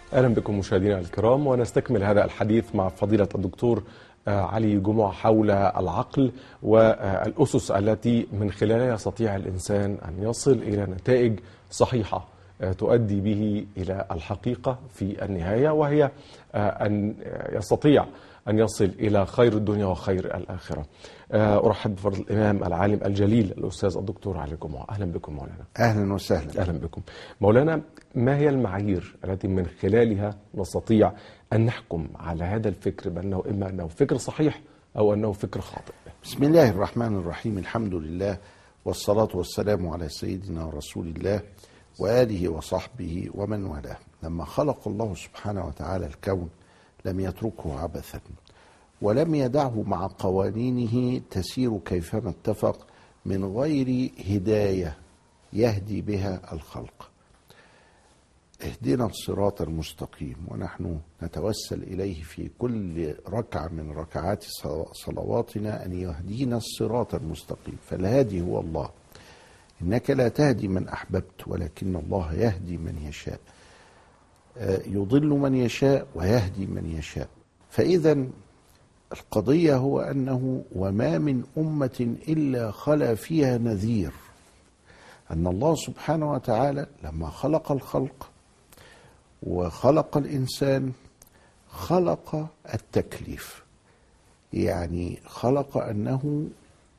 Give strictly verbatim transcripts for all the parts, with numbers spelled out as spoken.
أهلا بكم مشاهدينا الكرام، ونستكمل هذا الحديث مع فضيلة الدكتور علي جمعة حول العقل والأسس التي من خلالها يستطيع الإنسان أن يصل إلى نتائج صحيحة تؤدي به إلى الحقيقة في النهاية، وهي أن يستطيع أن يصل إلى خير الدنيا وخير الآخرة. أرحب بفضل الإمام العالم الجليل الأستاذ الدكتور علي جمعة. أهلا بكم مولانا. أهلا وسهلا. أهلا بكم مولانا. ما هي المعايير التي من خلالها نستطيع أن نحكم على هذا الفكر بأنه إما أنه فكر صحيح أو أنه فكر خاطئ؟ بسم الله الرحمن الرحيم، الحمد لله والصلاة والسلام على سيدنا رسول الله وآله وصحبه ومن والاه. لما خلق الله سبحانه وتعالى الكون لم يتركه عبثا، ولم يدعه مع قوانينه تسير كيفما اتفق من غير هداية يهدي بها الخلق. اهدنا الصراط المستقيم، ونحن نتوسل إليه في كل ركعة من ركعات صلواتنا أن يهدينا الصراط المستقيم، فالهادي هو الله. إنك لا تهدي من أحببت ولكن الله يهدي من يشاء، يضل من يشاء ويهدي من يشاء. فإذا القضية هو أنه وما من أمة إلا خلا فيها نذير، أن الله سبحانه وتعالى لما خلق الخلق وخلق الإنسان خلق التكليف، يعني خلق أنه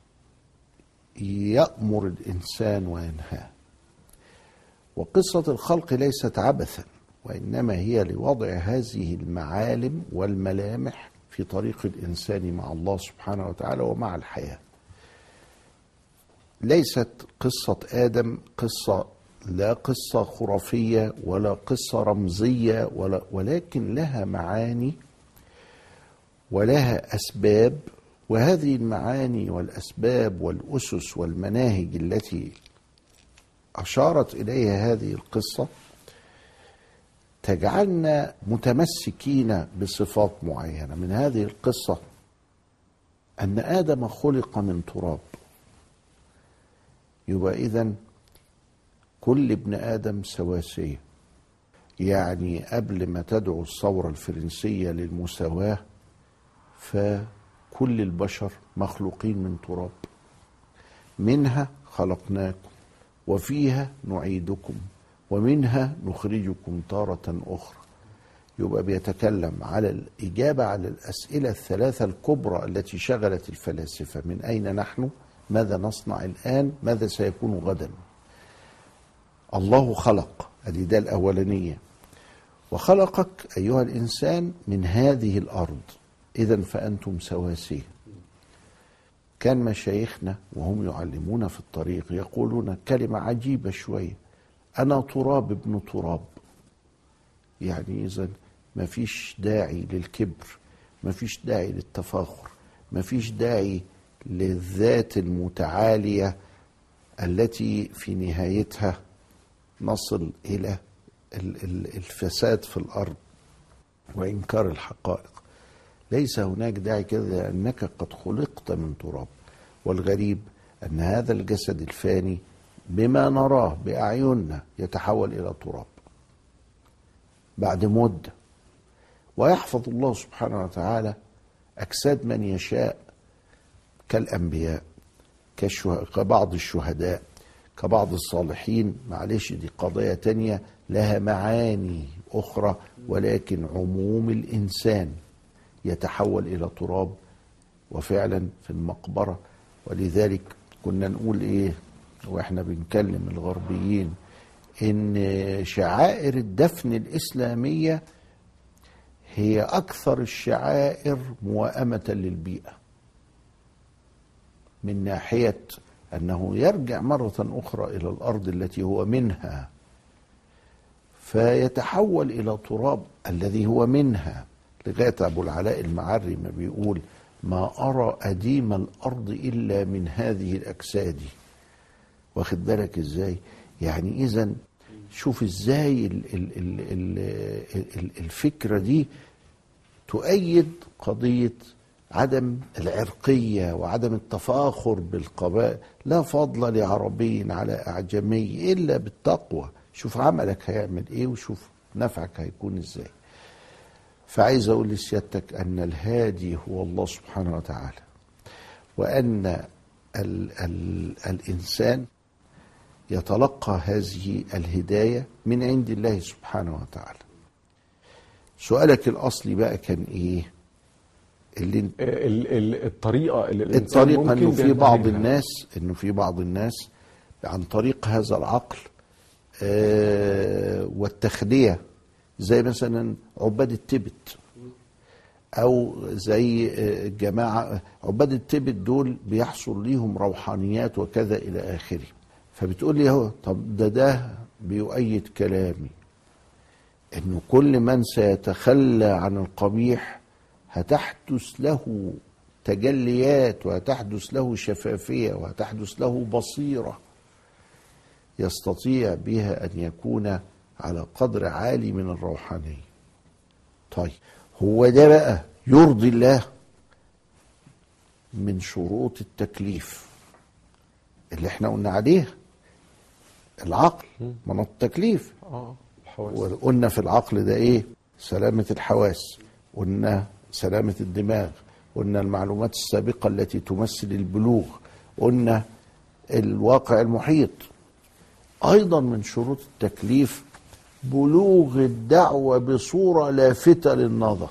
يأمر الإنسان وينهاه. وقصة الخلق ليست عبثا، وإنما هي لوضع هذه المعالم والملامح في طريق الإنسان مع الله سبحانه وتعالى ومع الحياة. ليست قصة آدم قصة لا قصة خرافية ولا قصة رمزية، ولا ولكن لها معاني ولها أسباب، وهذه المعاني والأسباب والأسس والمناهج التي أشارت إليها هذه القصة تجعلنا متمسكين بصفات معينة. من هذه القصة أن آدم خلق من تراب، يبقى إذن كل ابن آدم سواسية. يعني قبل ما تدعو الثورة الفرنسية للمساواة فكل البشر مخلوقين من تراب، منها خلقناكم وفيها نعيدكم ومنها نخرجكم تارة أخرى. يبقى بيتكلم على الإجابة على الأسئلة الثلاثة الكبرى التي شغلت الفلاسفة: من أين نحن؟ ماذا نصنع الآن؟ ماذا سيكون غدا؟ الله خلق، ادي ده الأولانية، وخلقك أيها الإنسان من هذه الأرض، إذن فأنتم سواسية. كان مشايخنا وهم يعلمون في الطريق يقولون كلمة عجيبة شوية: أنا تراب ابن تراب. يعني إذن ما فيش داعي للكبر، ما فيش داعي للتفاخر، ما فيش داعي للذات المتعالية التي في نهايتها نصل إلى الفساد في الأرض وإنكار الحقائق. ليس هناك داعي كذا، لأنك قد خلقت من تراب. والغريب أن هذا الجسد الفاني بما نراه بأعيننا يتحول إلى تراب بعد مدة، ويحفظ الله سبحانه وتعالى أجساد من يشاء كالأنبياء، كبعض الشهداء، كبعض الصالحين. معلش دي قضية تانية لها معاني أخرى، ولكن عموم الإنسان يتحول إلى تراب وفعلا في المقبرة. ولذلك كنا نقول إيه وإحنا بنكلم الغربيين إن شعائر الدفن الإسلامية هي أكثر الشعائر موائمة للبيئة، من ناحية أنه يرجع مرة أخرى إلى الأرض التي هو منها فيتحول إلى تراب الذي هو منها. لغاية أبو العلاء المعري ما بيقول: ما أرى أديم الأرض إلا من هذه الأجساد. واخد بالك إزاي؟ يعني إذن شوف إزاي ال ال ال ال الفكرة دي تؤيد قضية عدم العرقية وعدم التفاخر بالقبائل. لا فضل لعربي على أعجمي إلا بالتقوى. شوف عملك هيعمل إيه وشوف نفعك هيكون ازاي؟ فعايز اقول لسيادتك ان الهادي هو الله سبحانه وتعالى، وان ال ال الانسان يتلقى هذه الهداية من عند الله سبحانه وتعالى. سؤالك الأصلي بقى كان إيه؟ اللي ال ال الطريقة اللي الإنسان الطريقة ممكن إنه في بعض بينتهجها. الناس إنه في بعض الناس عن طريق هذا العقل آه والتخلية، زي مثلا عباد التبت، أو زي الجماعة عباد التبت دول بيحصل ليهم روحانيات وكذا إلى آخره. فبتقول لي اهو طب ده ده بيؤيد كلامي انه كل من سيتخلى عن القبيح هتحدث له تجليات وهتحدث له شفافية وهتحدث له بصيرة يستطيع بها ان يكون على قدر عالي من الروحانية. طيب هو ده بقى يرضي الله؟ من شروط التكليف اللي احنا قلنا عليها العقل مناط التكليف. اه الحواس. وقلنا في العقل ده ايه؟ سلامة الحواس، قلنا سلامة الدماغ، قلنا المعلومات السابقة التي تمثل البلوغ، قلنا الواقع المحيط. ايضا من شروط التكليف بلوغ الدعوة بصورة لافتة للنظر.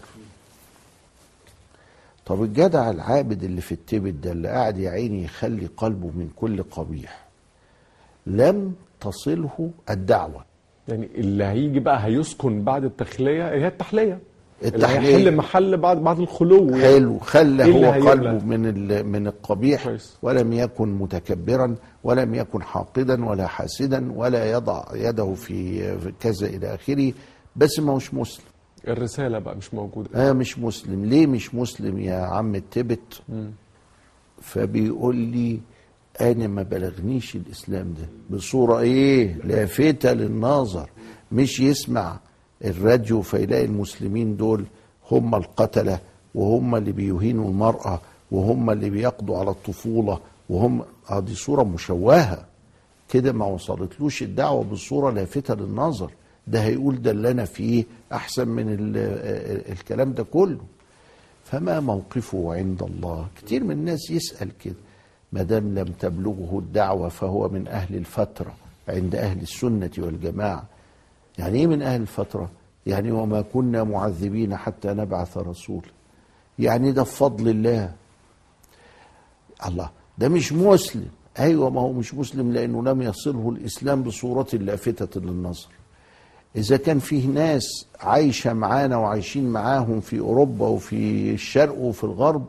طب الجدع العابد اللي في التبت ده اللي قاعد يا عيني يخلي قلبه من كل قبيح لم تصله الدعوة. يعني اللي هيجي بقى هيسكن بعد التخلية هي التحلية، التحلية اللي هيحل محل بعد بعد الخلو. يعني حلو، خلى إيه هو قلبه من من القبيح كويس. ولم يكن متكبرا ولم يكن حاقدا ولا حاسدا ولا يضع يده في كذا الى اخره، بس ما هوش مسلم. الرسالة بقى مش موجودة. اه مش مسلم. ليه مش مسلم يا عم التبت؟ مم. فبيقول لي انا ما بلغنيش الاسلام ده بصورة ايه لافتة للنظر، مش يسمع الراديو فيلاقي المسلمين دول هم القتلة وهم اللي بيهينوا المرأة وهم اللي بيقضوا على الطفولة وهم اه دي صورة مشوهة كده، ما وصلتلوش الدعوة بصورة لافتة للنظر. ده هيقول ده اللي انا فيه احسن من ال ال الكلام ده كله. فما موقفه عند الله؟ كتير من الناس يسأل كده، ما دام لم تبلغه الدعوة فهو من أهل الفترة عند أهل السنة والجماعة. يعني إيه من أهل الفترة؟ يعني وما كنا معذبين حتى نبعث رسولا، يعني ده بفضل الله. الله ده مش مسلم. أيوة ما هو مش مسلم لأنه لم يصله الإسلام بصورة لافتة للنظر. إذا كان فيه ناس عايشة معانا وعايشين معاهم في أوروبا وفي الشرق وفي الغرب،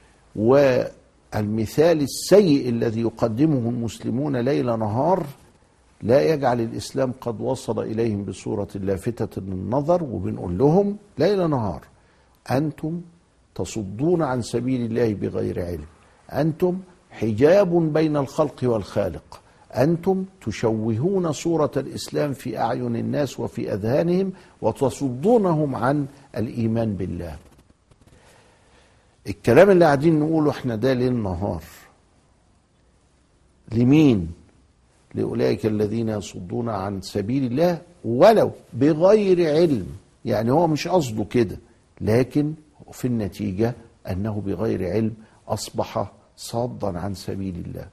والمثال السيء الذي يقدمه المسلمون ليل نهار لا يجعل الإسلام قد وصل إليهم بصورة لافتة للنظر، وبنقول لهم ليل نهار أنتم تصدون عن سبيل الله بغير علم، أنتم حجاب بين الخلق والخالق، أنتم تشوهون صورة الإسلام في أعين الناس وفي أذهانهم وتصدونهم عن الإيمان بالله. الكلام اللي قاعدين نقوله احنا ده ليل نهار لمين؟ لأولئك الذين يصدون عن سبيل الله ولو بغير علم. يعني هو مش قصده كده، لكن في النتيجة أنه بغير علم أصبح صادا عن سبيل الله.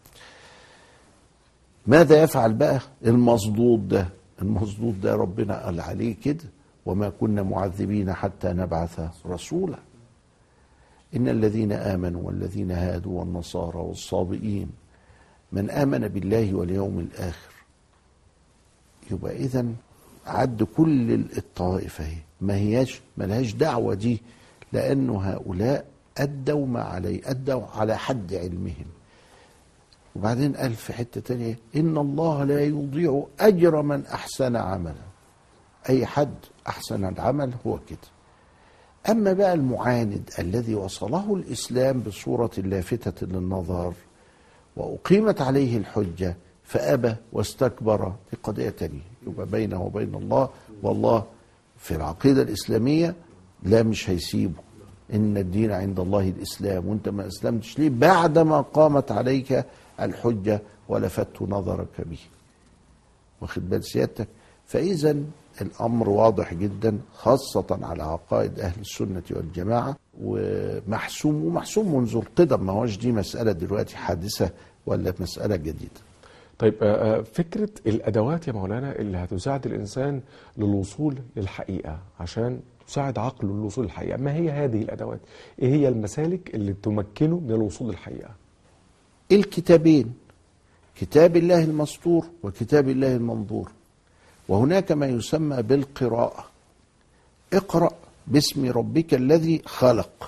ماذا يفعل بقى المصدود ده؟ المصدود ده ربنا قال عليه كده وما كنا معذبين حتى نبعث رسولا. إن الذين آمنوا والذين هادوا والنصارى والصابئين من آمن بالله واليوم الآخر، يبقى إذن عد كل الطوائف اهي ما هياش ملهاش دعوة دي، لأنه هؤلاء أدوا ما عليه، أدوا على حد علمهم. وبعدين قال في حتة تانية إن الله لا يضيع أجر من أحسن عملا. أي حد أحسن العمل هو كده. أما بقى المعاند الذي وصله الإسلام بصورة لافتة للنظر وأقيمت عليه الحجة فأبى واستكبر، في قضية تانية يبقى بينه وبين الله. والله في العقيدة الإسلامية لا مش هيسيبه، إن الدين عند الله الإسلام، وانت ما أسلمتش ليه بعدما قامت عليك الحجة ولفت نظرك به. واخد بال سيادتك؟ فإذا الأمر واضح جدا، خاصة على عقائد أهل السنة والجماعة، ومحسوم ومحسوم منذ القدم، ما هوش دي مسألة دلوقتي حادثة ولا مسألة جديدة. طيب فكرة الأدوات يا مولانا اللي هتساعد الإنسان للوصول للحقيقة، عشان تساعد عقله للوصول للحقيقة، ما هي هذه الأدوات؟ إيه هي المسالك اللي تمكنه من الوصول للحقيقة؟ الكتابين، كتاب الله المسطور وكتاب الله المنظور. وهناك ما يسمى بالقراءة. اقرأ باسم ربك الذي خلق،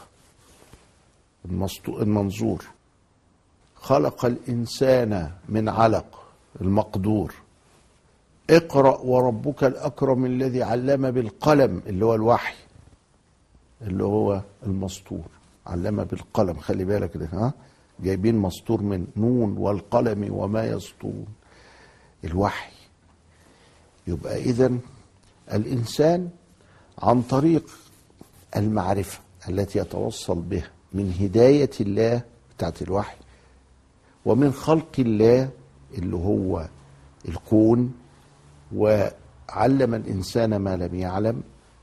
المنظور، خلق الإنسان من علق، المقدور. اقرأ وربك الأكرم الذي علم بالقلم، اللي هو الوحي، اللي هو المسطور، علم بالقلم. خلي بالك ده، ها، جايبين مسطور من نون والقلم وما يسطرون، الوحي. يبقى إذن الإنسان عن طريق المعرفة التي يتوصل بها من هداية الله بتاعت الوحي، ومن خلق الله اللي هو الكون، وعلم الإنسان ما لم يعلم،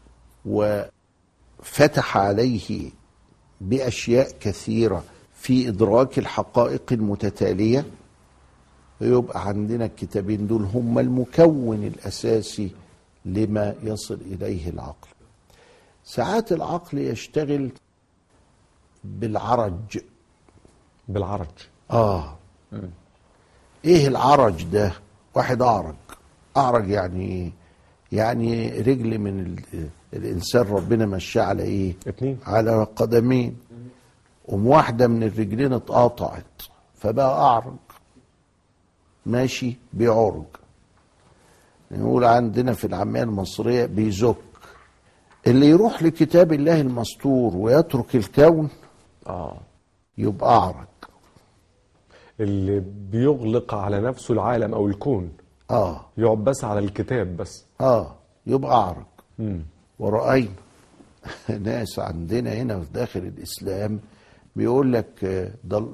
وفتح عليه بأشياء كثيرة في إدراك الحقائق المتتالية. يبقى عندنا الكتابين دول هم المكون الأساسي لما يصل إليه العقل. ساعات العقل يشتغل بالعرج. بالعرج؟ آه م. إيه العرج ده؟ واحد أعرج. أعرج يعني إيه؟ يعني رجل من ال... الإنسان ربنا مشاه على إيه؟ اتنين، على قدمين، قوم واحدة من الرجلين اتقاطعت فبقى أعرج، ماشي بعرج. نقول عندنا في العامية المصرية بيزك. اللي يروح لكتاب الله المسطور ويترك الكون آه يبقى أعرج. اللي بيغلق على نفسه العالم أو الكون، آه يقعد بس على الكتاب بس، آه يبقى أعرج. مم. ورأينا ناس عندنا هنا في داخل الإسلام بيقول لك ده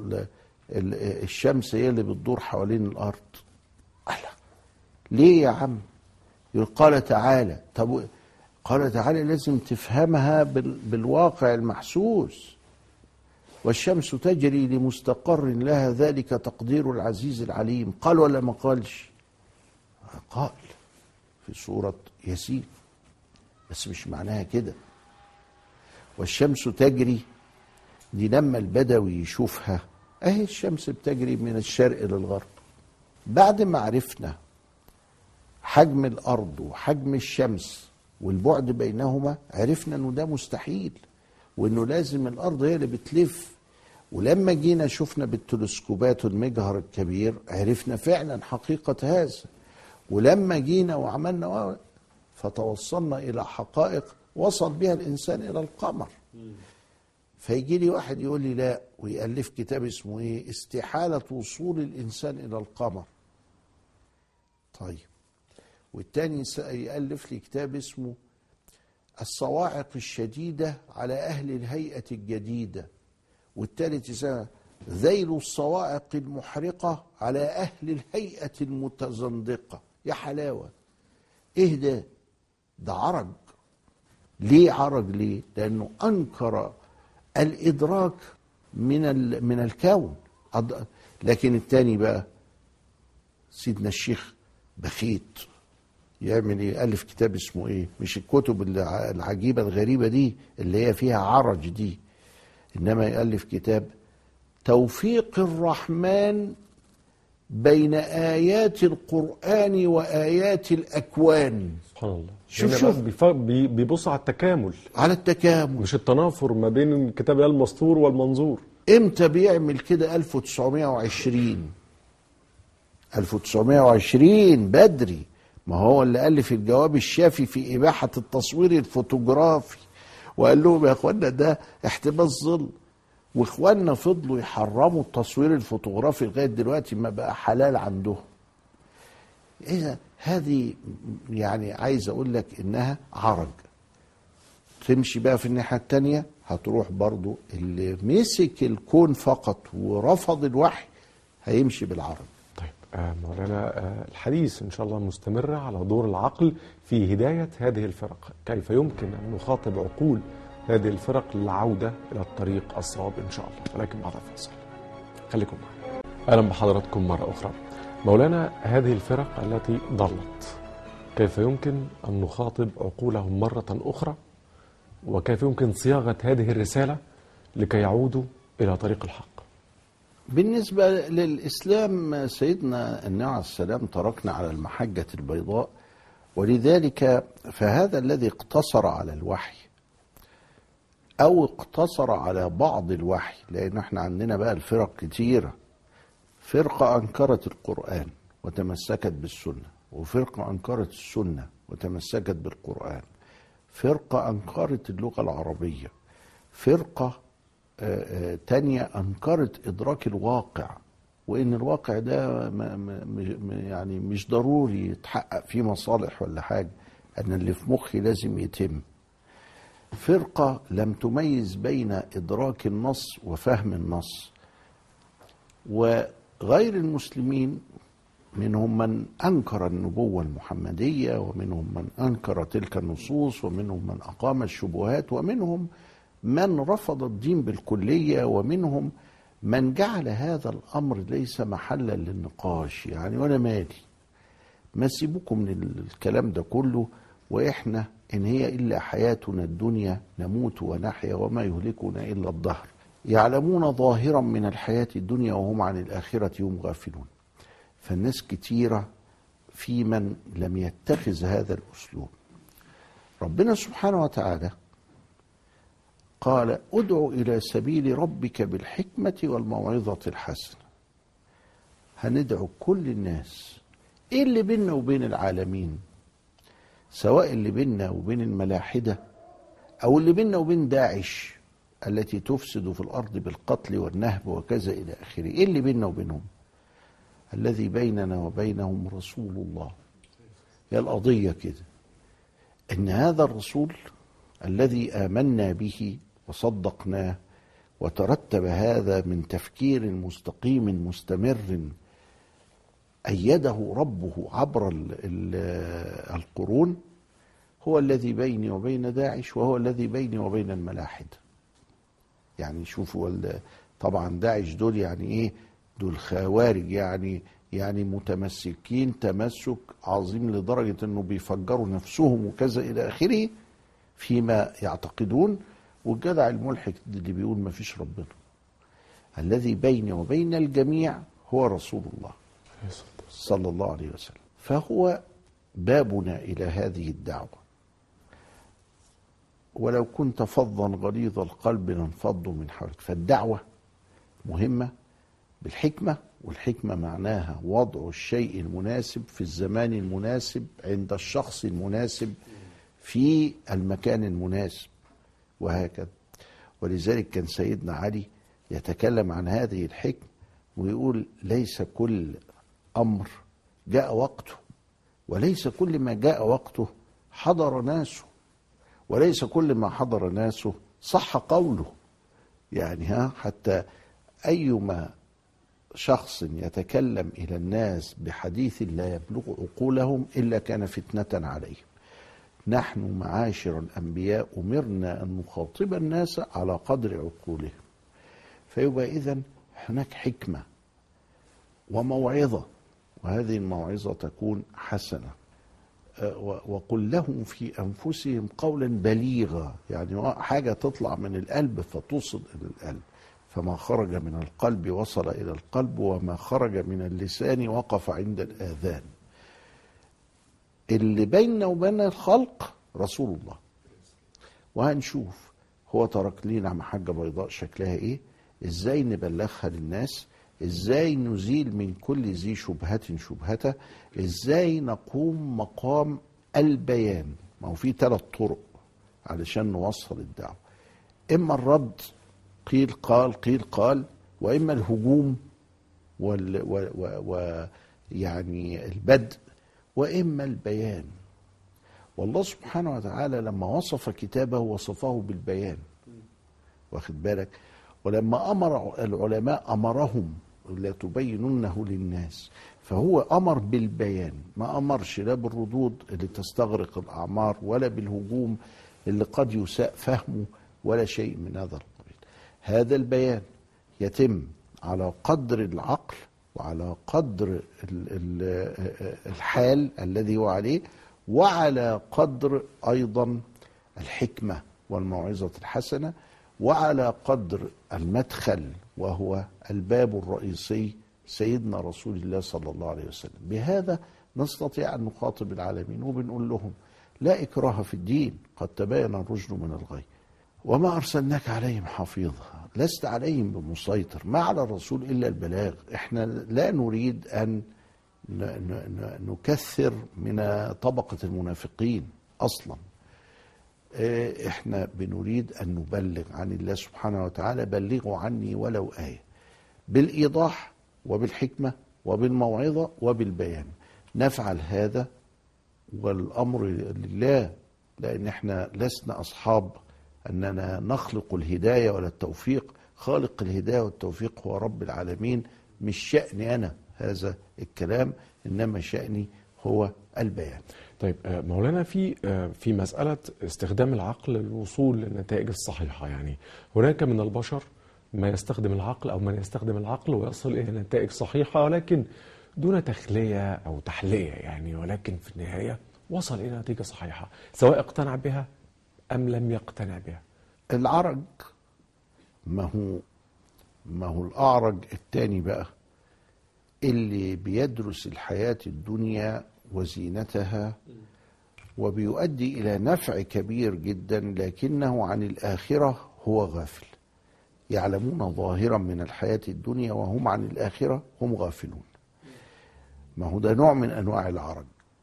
الشمس هي اللي بتدور حوالين الأرض. ألا ليه يا عم؟ يقول قال تعالى. طب قال تعالى لازم تفهمها بالواقع المحسوس. والشمس تجري لمستقر لها ذلك تقدير العزيز العليم. قال ولا ما قالش؟ قال في سورة ياسين، بس مش معناها كده. والشمس تجري دي لما البدوي يشوفها اهي الشمس بتجري من الشرق للغرب. بعد ما عرفنا حجم الارض وحجم الشمس والبعد بينهما، عرفنا انه ده مستحيل، وانه لازم الارض هي اللي بتلف. ولما جينا شفنا بالتلسكوبات والمجهر الكبير عرفنا فعلا حقيقة هذا. ولما جينا وعملنا فتوصلنا الى حقائق وصل بها الانسان الى القمر. فيجي لي واحد يقول لي لا، ويألف كتاب اسمه ايه؟ استحالة وصول الانسان الى القمر. طيب، والتاني يألف لي كتاب اسمه الصواعق الشديدة على اهل الهيئة الجديدة، والتالت يسمى ذيل الصواعق المحرقة على اهل الهيئة المتزندقة. يا حلاوة، ايه ده؟ ده عرج. ليه عرج؟ ليه؟ لانه انكر الادراك من من الكون. لكن التاني بقى سيدنا الشيخ بخيت يعمل ايه؟ الف كتاب اسمه ايه؟ مش الكتب العجيبه الغريبه دي اللي هي فيها عرج دي، انما يالف كتاب توفيق الرحمن بين آيات القرآن وآيات الأكوان. سبحان الله. شوف شوف بيبص على التكامل، على التكامل، مش التنافر ما بين كتاب المسطور والمنظور. امتى بيعمل كده؟ ألف وتسعمائة وعشرين ألف وتسعمائة وعشرين بدري. ما هو اللي ألف الجواب الشافي في إباحة التصوير الفوتوغرافي، وقال لهم يا اخوانا ده احتباس ظل. واخواننا فضلوا يحرموا التصوير الفوتوغرافي لغايه دلوقتي ما بقى حلال عندهم. اذا هذه يعني عايز اقول لك انها عرج. تمشي بقى في الناحيه الثانيه هتروح برضو اللي مسك الكون فقط ورفض الوحي هيمشي بالعرج. طيب آه مولانا، آه الحديث إن شاء الله مستمر على دور العقل في هداية هذه الفرق. كيف يمكن أن نخاطب عقول هذه الفرق للعودة إلى الطريق الصواب إن شاء الله، ولكن بعد الفاصل. خليكم معنا. أهلا بحضراتكم مرة أخرى. مولانا، هذه الفرق التي ضلت كيف يمكن أن نخاطب عقولهم مرة أخرى، وكيف يمكن صياغة هذه الرسالة لكي يعودوا إلى طريق الحق؟ بالنسبة للإسلام سيدنا النبي عليه السلام تركنا على المحجة البيضاء، ولذلك فهذا الذي اقتصر على الوحي أو اقتصر على بعض الوحي، لأن احنا عندنا بقى الفرق كتيرة. فرقة أنكرت القرآن وتمسكت بالسنة، وفرقة أنكرت السنة وتمسكت بالقرآن، فرقة أنكرت اللغة العربية، فرقة آآ آآ تانية أنكرت إدراك الواقع، وإن الواقع ده ما ما يعني مش ضروري يتحقق فيه مصالح ولا حاجة، أن اللي في مخي لازم يتم. فرقة لم تميز بين إدراك النص وفهم النص. وغير المسلمين منهم من أنكر النبوة المحمدية، ومنهم من أنكر تلك النصوص، ومنهم من أقام الشبهات، ومنهم من رفض الدين بالكلية، ومنهم من جعل هذا الأمر ليس محلا للنقاش. يعني وأنا مالي، ما سيبكم من الكلام ده كله، وإحنا إن هي إلا حياتنا الدنيا نموت ونحيا وما يهلكنا إلا الدهر، يعلمون ظاهرا من الحياة الدنيا وهم عن الآخرة هم غافلون. فالناس كتيرة في من لم يتخذ هذا الأسلوب. ربنا سبحانه وتعالى قال: ادعو إلى سبيل ربك بالحكمة والموعظة الحسنة. هندعو كل الناس. إيه اللي بيننا وبين العالمين؟ سواء اللي بيننا وبين الملاحدة، أو اللي بيننا وبين داعش التي تفسد في الأرض بالقتل والنهب وكذا إلى آخره. إيه اللي بيننا وبينهم؟ الذي بيننا وبينهم رسول الله. هي القضية كده، إن هذا الرسول الذي آمنا به وصدقناه، وترتب هذا من تفكير مستقيم مستمر أيده ربه عبر ال ال القرون، هو الذي بيني وبين داعش، وهو الذي بيني وبين الملاحدة. يعني شوفوا طبعا داعش دول يعني ايه؟ دول خوارج، يعني يعني متمسكين تمسك عظيم لدرجة انه بيفجروا نفسهم وكذا الى اخره فيما يعتقدون. والجدع الملحد اللي بيقول ما فيش ربنا. الذي بيني وبين الجميع هو رسول الله صلى الله عليه وسلم. فهو بابنا إلى هذه الدعوة. ولو كنت فظا غليظ القلب لانفضوا من حولك. فالدعوة مهمة بالحكمة، والحكمة معناها وضع الشيء المناسب في الزمان المناسب عند الشخص المناسب في المكان المناسب، وهكذا. ولذلك كان سيدنا علي يتكلم عن هذه الحكمة ويقول: ليس كل أمر جاء وقته، وليس كل ما جاء وقته حضر ناسه، وليس كل ما حضر ناسه صح قوله. يعني ها حتى أيما شخص يتكلم إلى الناس بحديث لا يبلغ عقولهم إلا كان فتنة عليهم. نحن معاشر الأنبياء أمرنا أن نخاطب الناس على قدر عقولهم. فيبقى إذن هناك حكمة وموعظة، وهذه الموعظة تكون حسنة. وقل لهم في أنفسهم قولا بليغا، يعني حاجة تطلع من القلب فتصل إلى القلب. فما خرج من القلب وصل إلى القلب، وما خرج من اللسان وقف عند الآذان. اللي بيننا وبين الخلق رسول الله. وهنشوف هو ترك لنا محجة بيضاء شكلها ايه، ازاي نبلغها للناس، ازاي نزيل من كل ذي شبهة شبهته، ازاي نقوم مقام البيان. ما هو في ثلاث طرق علشان نوصل الدعوة: اما الرد، قيل قال قيل قال، واما الهجوم وال و و و يعني البدء، واما البيان. والله سبحانه وتعالى لما وصف كتابه وصفه بالبيان، واخد بالك؟ ولما امر العلماء امرهم لا تبيننه للناس. فهو أمر بالبيان، ما أمرش لا بالردود اللي تستغرق الأعمار ولا بالهجوم اللي قد يساء فهمه ولا شيء من هذا القبيل. هذا البيان يتم على قدر العقل وعلى قدر الحال الذي هو عليه، وعلى قدر أيضا الحكمة والموعظة الحسنة، وعلى قدر المدخل وهو الباب الرئيسي سيدنا رسول الله صلى الله عليه وسلم. بهذا نستطيع أن نخاطب العالمين وبنقول لهم لا إكراه في الدين، قد تبين الرشد من الغي، وما أرسلناك عليهم حفيظا، لست عليهم بمسيطر، ما على الرسول إلا البلاغ. إحنا لا نريد أن نكثر من طبقة المنافقين أصلا، إحنا بنريد أن نبلغ عن الله سبحانه وتعالى، بلغوا عني ولو آية، بالإيضاح وبالحكمة وبالموعظة وبالبيان. نفعل هذا والأمر لله، لأن احنا لسنا أصحاب أننا نخلق الهداية ولا التوفيق. خالق الهداية والتوفيق هو رب العالمين، مش شأني أنا هذا الكلام، إنما شأني هو البيان. طيب مولانا، في في مسألة استخدام العقل للوصول للنتائج الصحيحة، يعني هناك من البشر ما يستخدم العقل أو من يستخدم العقل ويصل إلى نتائج صحيحة ولكن دون تخلية أو تحلية، يعني ولكن في النهاية وصل إلى نتيجة صحيحة سواء اقتنع بها أم لم يقتنع بها. العرج ما هو ما هو الأعرج التاني بقى اللي بيدرس الحياة الدنيا وزينتها وبيؤدي إلى نفع كبير جدا، لكنه عن الآخرة هو غافل. يعلمون ظاهرا من الحياة الدنيا وهم عن الآخرة هم غافلون. ما هو ده نوع من أنواع العرج.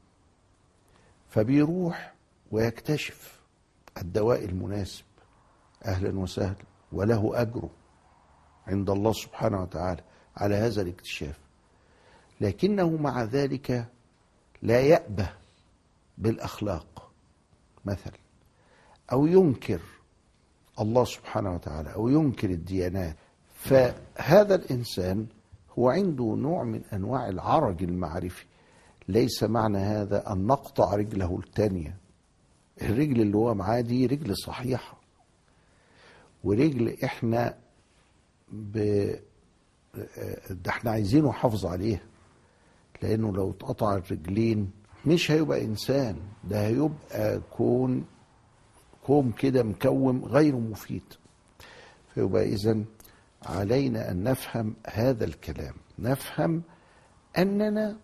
فبيروح ويكتشف الدواء المناسب، أهلا وسهلا، وله أجره عند الله سبحانه وتعالى على هذا الاكتشاف، لكنه مع ذلك لا يأبه بالأخلاق مثلا، أو ينكر الله سبحانه وتعالى، أو ينكر الديانات. فهذا الإنسان هو عنده نوع من أنواع العرج المعرفي. ليس معنى هذا أن نقطع رجله الثانية. الرجل اللي هو معاه دي رجل صحيحة، ورجل احنا ب... ده احنا عايزينه حافظ عليها، لأنه لو اتقطع الرجلين مش هيبقى إنسان، ده هيبقى كون كوم كده مكوم غير مفيد. فيبقى إذن علينا أن نفهم هذا الكلام، نفهم أننا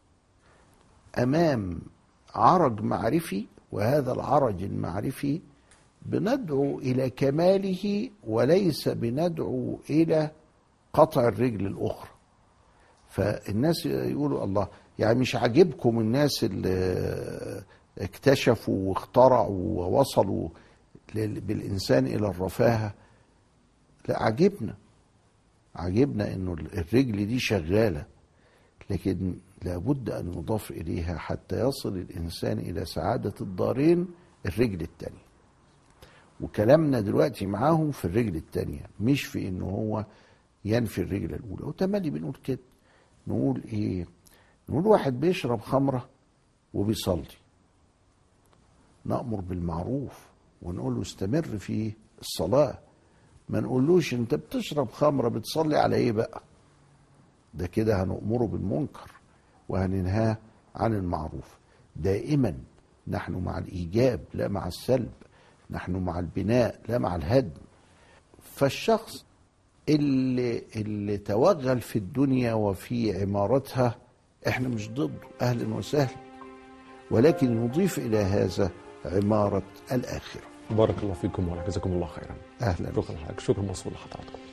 أمام عرج معرفي، وهذا العرج المعرفي بندعو إلى كماله وليس بندعو إلى قطع الرجل الأخرى. فالناس يقولوا الله، يعني مش عاجبكم الناس اللي اكتشفوا واخترعوا ووصلوا بالإنسان إلى الرفاهة؟ لا، عجبنا عجبنا إنه الرجل دي شغالة، لكن لابد أن يضاف إليها حتى يصل الإنسان إلى سعادة الدارين الرجل التانية. وكلامنا دلوقتي معاهم في الرجل التانية، مش في إنه هو ينفي الرجل الأولى. وتملي بنقول كده، نقول إيه؟ نقول واحد بيشرب خمرة وبيصلي، نأمر بالمعروف ونقول له استمر في الصلاة، ما نقولوش انت بتشرب خمرة بتصلي على ايه بقى. ده كده هنأمره بالمنكر وهننهاه عن المعروف. دائما نحن مع الإيجاب لا مع السلب، نحن مع البناء لا مع الهدم. فالشخص اللي, اللي توغل في الدنيا وفي عمارتها احنا مش ضده، أهلا وسهلا، ولكن نضيف إلى هذا عمارة الآخرة. بارك الله فيكم وجزاكم الله خيرا. أهلا. شكرا لك، شكرا موصول لحضراتكم.